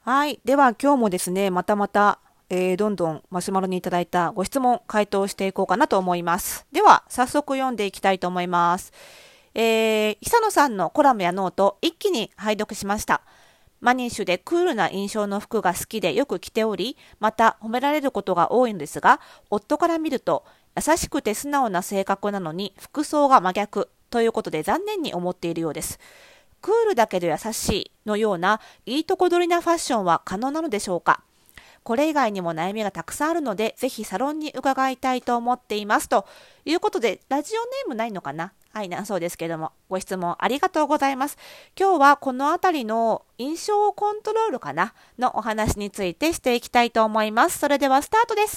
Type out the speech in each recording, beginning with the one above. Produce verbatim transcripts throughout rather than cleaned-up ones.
はい。では今日もですね、またまた、えーどんどんマシュマロにいただいたご質問、回答していこうかなと思います。では、早速読んでいきたいと思います。えー、久野さんのコラムやノート、一気に拝読しました。マニッシュでクールな印象の服が好きでよく着ており、また褒められることが多いのですが、夫から見ると、優しくて素直な性格なのに服装が真逆ということで残念に思っているようです。クールだけど優しいのようないいとこ取りなファッションは可能なのでしょうか。これ以外にも悩みがたくさんあるので、ぜひサロンに伺いたいと思っています。ということで、ラジオネームないのかな、はいな、そうですけども、ご質問ありがとうございます。今日はこのあたりの印象コントロールかなのお話についてしていきたいと思います。それではスタートです。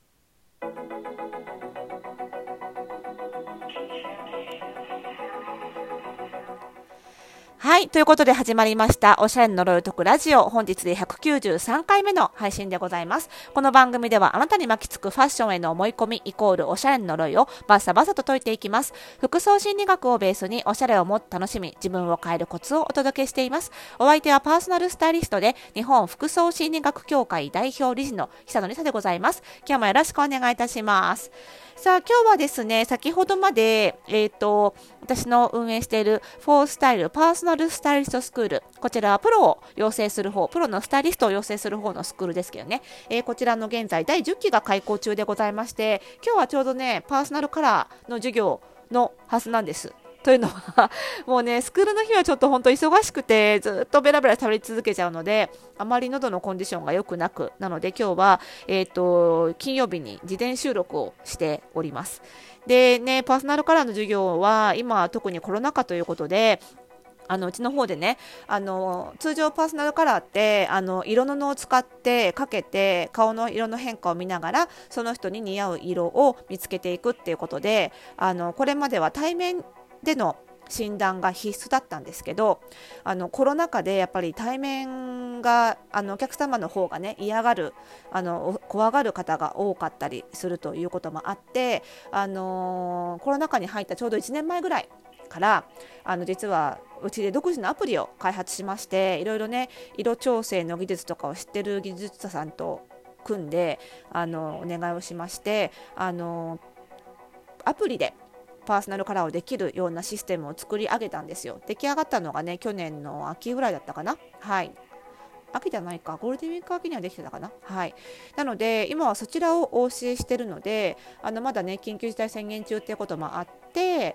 はい。ということで始まりました。おしゃれの呪いを解くラジオ。本日でひゃくきゅうじゅうさんかいめの配信でございます。この番組ではあなたに巻きつくファッションへの思い込みイコールおしゃれの呪いをバッサバサと解いていきます。服装心理学をベースにおしゃれをもっと楽しみ、自分を変えるコツをお届けしています。お相手はパーソナルスタイリストで日本服装心理学協会代表理事の久野理沙でございます。今日もよろしくお願いいたします。さあ今日はですね、先ほどまで、えーと、私の運営しているフォースタイルパーソナルスタイリストスクール、こちらはプロを養成する方、プロのスタイリストを養成する方のスクールですけどね、えー、こちらの現在だいじゅっきが開講中でございまして、今日はちょうどね、パーソナルカラーの授業のはずなんです。というのはもうね、スクールの日はちょっと本当忙しくてずっとベラベラ喋り続けちゃうので、あまり喉のコンディションが良くなく、なので今日は、えーと、金曜日に事前収録をしております。でね、パーソナルカラーの授業は今特にコロナ禍ということで、あのうちの方でね、あの通常パーソナルカラーってあの色布を使ってかけて顔の色の変化を見ながらその人に似合う色を見つけていくっていうことで、あのこれまでは対面での診断が必須だったんですけど、あのコロナ禍でやっぱり対面があのお客様の方がね嫌がる、あの怖がる方が多かったりするということもあって、あのコロナ禍に入ったちょうどいちねんまえぐらいからあの実はうちで独自のアプリを開発しまして、いろいろね色調整の技術とかを知ってる技術者さんと組んであのお願いをしまして、あのアプリでパーソナルカラーをできるようなシステムを作り上げたんですよ。出来上がったのがね去年の秋ぐらいだったかな。はい、秋じゃないか、ゴールデンウィーク秋にはできてたかな。はい。なので今はそちらをお教えしているので、あのまだね緊急事態宣言中っていうこともあって、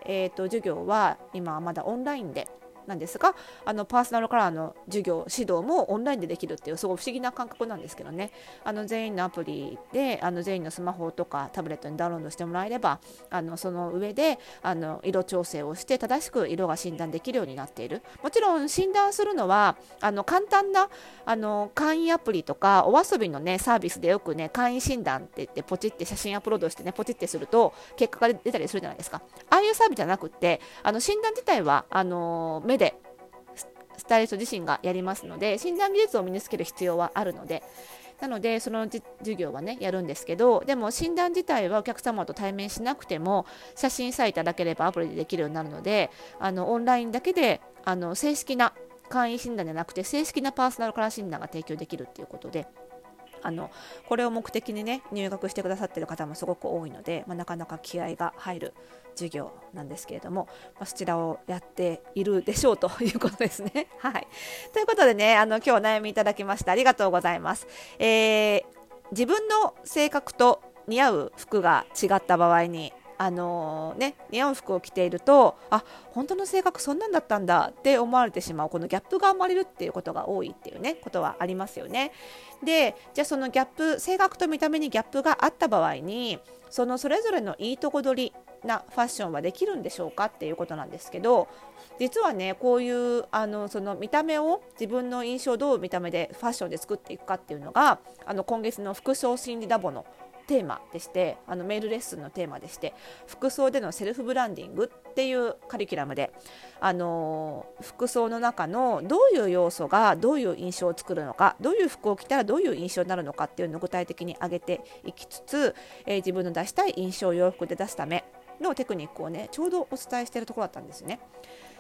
えーと授業は今はまだオンラインでなんですが、あのパーソナルカラーの授業指導もオンラインでできるっていうすごい不思議な感覚なんですけどね、あの全員のアプリであの全員のスマホとかタブレットにダウンロードしてもらえれば、あのその上であの色調整をして正しく色が診断できるようになっている。もちろん診断するのはあの簡単なあの簡易アプリとかお遊びのねサービスでよくね簡易診断って言ってポチって写真アップロードしてねポチってすると結果が出たりするじゃないですか。ああいうサービスじゃなくって、あの診断自体はあの目でスタイリスト自身がやりますので、診断技術を身につける必要はあるので、なのでその授業はねやるんですけど、でも診断自体はお客様と対面しなくても写真さえいただければアプリでできるようになるので、あのオンラインだけであの正式な簡易診断じゃなくて正式なパーソナルカラー診断が提供できるっていうことで、あのこれを目的にね入学してくださっている方もすごく多いので、まあ、なかなか気合が入る授業なんですけれども、まあ、そちらをやっているでしょうということですね。はい、ということでね、あの今日お悩みいただきましてありがとうございます。えー、自分の性格と似合う服が違った場合にあのーね、似合う服を着ていると、あ、本当の性格そんなんだったんだって思われてしまう、このギャップが生まれるっていうことが多いっていうねことはありますよね。で、じゃあそのギャップ、性格と見た目にギャップがあった場合に、そのそれぞれのいいとこ取りなファッションはできるんでしょうかっていうことなんですけど、実はねこういうあのその見た目を、自分の印象をどう見た目でファッションで作っていくかっていうのが、あの今月の服装心理ラボのテーマでして、あのメールレッスンのテーマでして、服装でのセルフブランディングっていうカリキュラムで、あのー服装の中のどういう要素がどういう印象を作るのか、どういう服を着たらどういう印象になるのかっていうのを具体的に挙げていきつつ、えー自分の出したい印象を洋服で出すためのテクニックをねちょうどお伝えしているところだったんですね。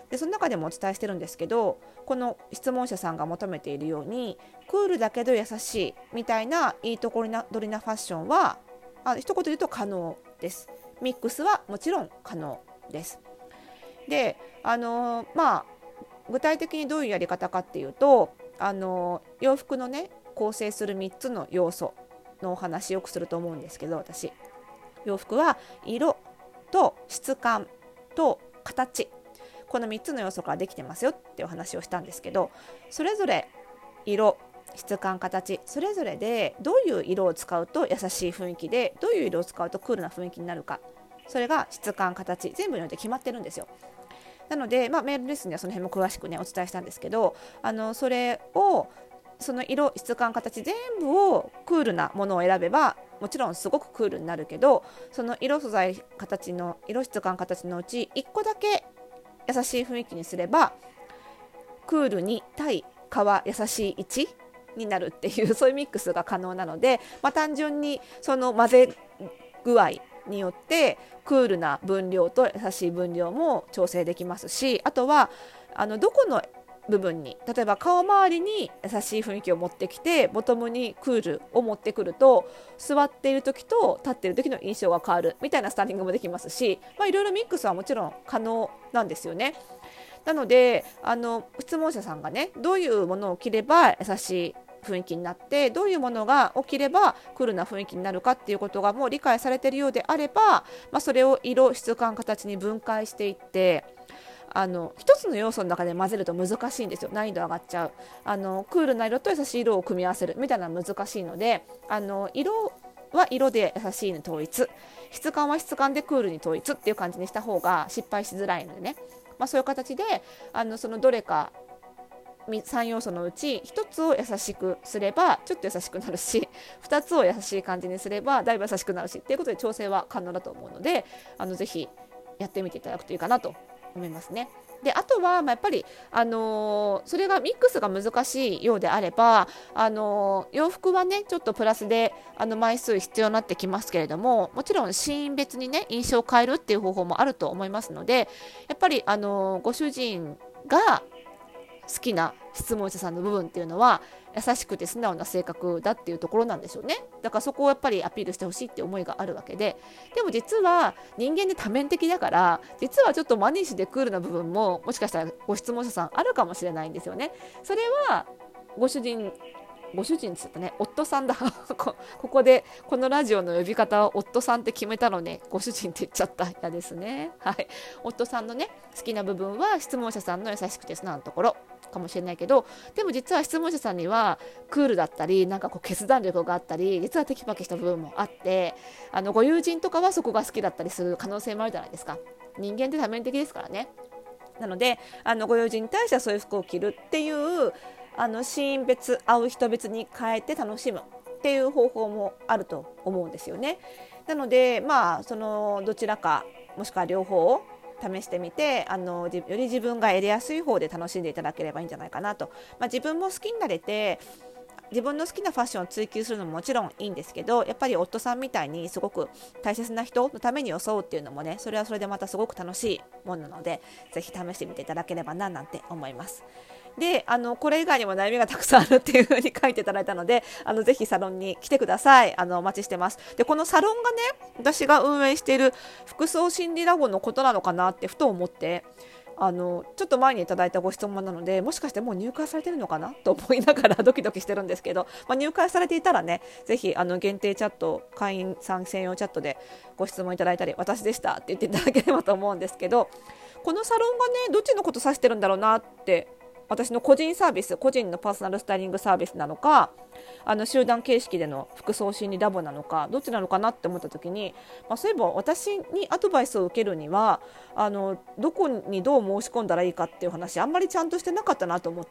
でその中でもお伝えしてるんですけど、この質問者さんが求めているようにクールだけど優しいみたいないいところ取りなファッションはあ一言で言うと可能です。ミックスはもちろん可能です。であのまあ具体的にどういうやり方かっていうと、あの洋服のね構成するみっつの要素のお話よくすると思うんですけど、私洋服は色と質感と形、このみっつの要素からできてますよっていうお話をしたんですけど、それぞれ色、質感、形、それぞれでどういう色を使うと優しい雰囲気で、どういう色を使うとクールな雰囲気になるか、それが質感、形全部によって決まってるんですよ。なので、まあ、メールレッスンではその辺も詳しくねお伝えしたんですけど、あのそれをその色、質感、形全部をクールなものを選べばもちろんすごくクールになるけど、その色、素材、形の色、質感、形のうちいっこだけ優しい雰囲気にすればクールに対革優しいいちになるっていうそういうミックスが可能なので、まあ、単純にその混ぜ具合によってクールな分量と優しい分量も調整できますし、あとはあのどこの部分に、例えば顔周りに優しい雰囲気を持ってきてボトムにクールを持ってくると座っている時と立っている時の印象が変わるみたいなスタイリングもできますし、まあ、いろいろミックスはもちろん可能なんですよね。なのであの質問者さんがねどういうものを着れば優しい雰囲気になって、どういうものが起きればクールな雰囲気になるかっていうことがもう理解されているようであれば、まあ、それを色、質感、形に分解していって、あの一つの要素の中で混ぜると難しいんですよ。難易度上がっちゃう。あのクールな色と優しい色を組み合わせるみたいなのは難しいので、あの色は色で優しいに統一、質感は質感でクールに統一っていう感じにした方が失敗しづらいのでね、まあ、そういう形であのそのどれかさん要素のうちひとつを優しくすればちょっと優しくなるし、ふたつを優しい感じにすればだいぶ優しくなるしっていうことで調整は可能だと思うので、あのぜひやってみていただくといいかなと思いますね。であとは、まあ、やっぱり、あのー、それがミックスが難しいようであれば、あのー、洋服はねちょっとプラスであの枚数必要になってきますけれども、もちろんシーン別にね印象を変えるっていう方法もあると思いますので、やっぱり、あのー、ご主人が好きな質問者さんの部分っていうのは優しくて素直な性格だっていうところなんでしょうね。だからそこをやっぱりアピールしてほしいって思いがあるわけで、でも実は人間で多面的だから、実はちょっとマニッシュでクールな部分ももしかしたらご質問者さんあるかもしれないんですよね。それはご主人ご主人って言ったね、夫さんだこ, ここでこのラジオの呼び方は夫さんって決めたのね、ご主人って言っちゃった。嫌ですね。はい、夫さんのね好きな部分は質問者さんの優しくて素直なところかもしれないけど、でも実は質問者さんにはクールだったり、なんかこう決断力があったり、実はテキパキした部分もあって、あのご友人とかはそこが好きだったりする可能性もあるじゃないですか。人間って多面的ですからね。なのであのご友人に対してはそういう服を着るっていうあのシーン別、会う人別に変えて楽しむっていう方法もあると思うんですよね。なのでまあそのどちらかもしくは両方を試してみて、あのより自分がやりやすい方で楽しんでいただければいいんじゃないかなと、まあ、自分も好きになれて自分の好きなファッションを追求するのももちろんいいんですけど、やっぱり夫さんみたいにすごく大切な人のために装うっていうのもね、それはそれでまたすごく楽しいものなので、ぜひ試してみていただければななんて思います。であのこれ以外にも悩みがたくさんあるっていう風に書いていただいたので、あのぜひサロンに来てください。あのお待ちしてます。でこのサロンがね、私が運営している服装心理ラボのことなのかなってふと思って、あのちょっと前にいただいたご質問なので、もしかしてもう入会されてるのかなと思いながらドキドキしてるんですけど、まあ、入会されていたらね、ぜひあの限定チャット、会員さん専用チャットでご質問いただいたり、私でしたって言っていただければと思うんですけど、このサロンがねどっちのこと指してるんだろうなって、私の個人サービス、個人のパーソナルスタイリングサービスなのか、あの集団形式での服装心理ラボなのか、どっちなのかなって思った時に、まあ、そういえば私にアドバイスを受けるにはあのどこにどう申し込んだらいいかっていう話あんまりちゃんとしてなかったなと思って、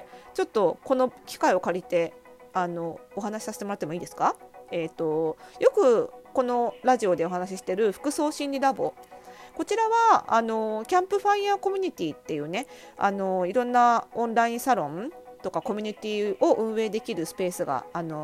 ちょっとこの機会を借りてあのお話しさせてもらってもいいですか。えーと、よくこのラジオでお話ししてる服装心理ラボ、こちらはあのキャンプファイヤーコミュニティっていうね、あのいろんなオンラインサロンとかコミュニティを運営できるスペースがあの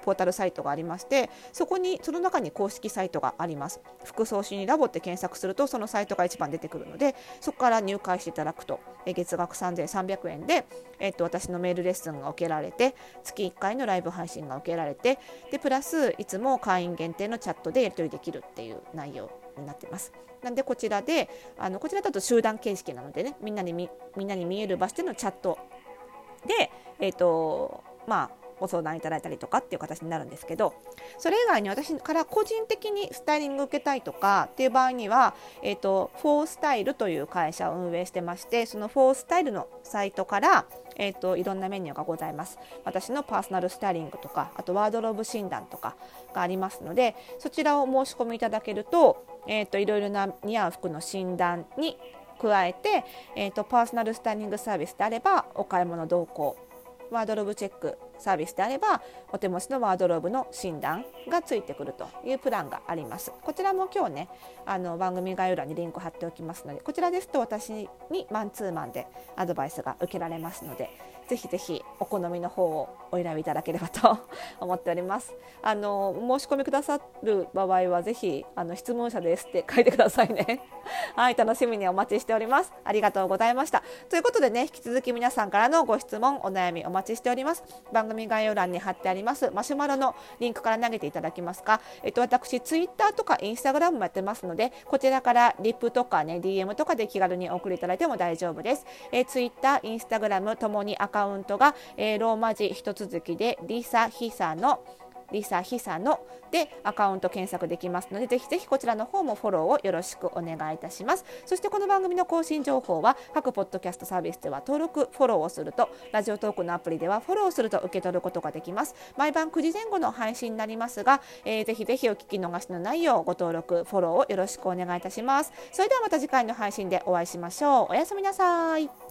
ポータルサイトがありまして、そこにその中に公式サイトがあります。服装心理ラボって検索するとそのサイトが一番出てくるので、そこから入会していただくと、え月額さんぜんさんびゃくえんで、えっと、私のメールレッスンが受けられて、月いっかいのライブ配信が受けられて、でプラスいつも会員限定のチャットでやり取りできるっていう内容になってます。なんでこちらであのこちらだと集団形式なのでね、みんなにみみんなに見える場所でのチャットで、えーとまあ、ご相談いただいたりとかっていう形になるんですけど、それ以外に私から個人的にスタイリング受けたいとかっていう場合には、えーと、フォースタイルという会社を運営してまして、そのフォースタイルのサイトから、えーと、いろんなメニューがございます。私のパーソナルスタイリングとか、あとワードローブ診断とかがありますので、そちらを申し込みいただけると、えーと、いろいろな似合う服の診断に加えて、えーと、パーソナルスタイリングサービスであればお買い物同行、ワードローブチェックサービスであればお手持ちのワードローブの診断がついてくるというプランがあります。こちらも今日ね、あの番組概要欄にリンク貼っておきますので、こちらですと私にマンツーマンでアドバイスが受けられますので、ぜひぜひお好みの方をお選びいただければと思っております。あの申し込みくださる場合はぜひあの質問者ですって書いてくださいねはい、楽しみにお待ちしております。ありがとうございました。ということでね、引き続き皆さんからのご質問お悩みお待ちしております。番組概要欄に貼ってありますマシュマロのリンクから投げていただきますか、えっと、私ツイッターとかインスタグラムもやってますので、こちらからリップとかね ディーエム とかで気軽にお送りいただいても大丈夫です。えー、ツイッター、インスタグラムともにアカウントが、えー、ローマ字一続きでリサヒサのリサヒサのでアカウント検索できますので、ぜひぜひこちらの方もフォローをよろしくお願いいたします。そしてこの番組の更新情報は各ポッドキャストサービスでは登録フォローをすると、ラジオトークのアプリではフォローすると受け取ることができます。毎晩くじぜん後の配信になりますが、えー、ぜひぜひお聞き逃しのないようご登録フォローをよろしくお願いいたします。それではまた次回の配信でお会いしましょう。おやすみなさい。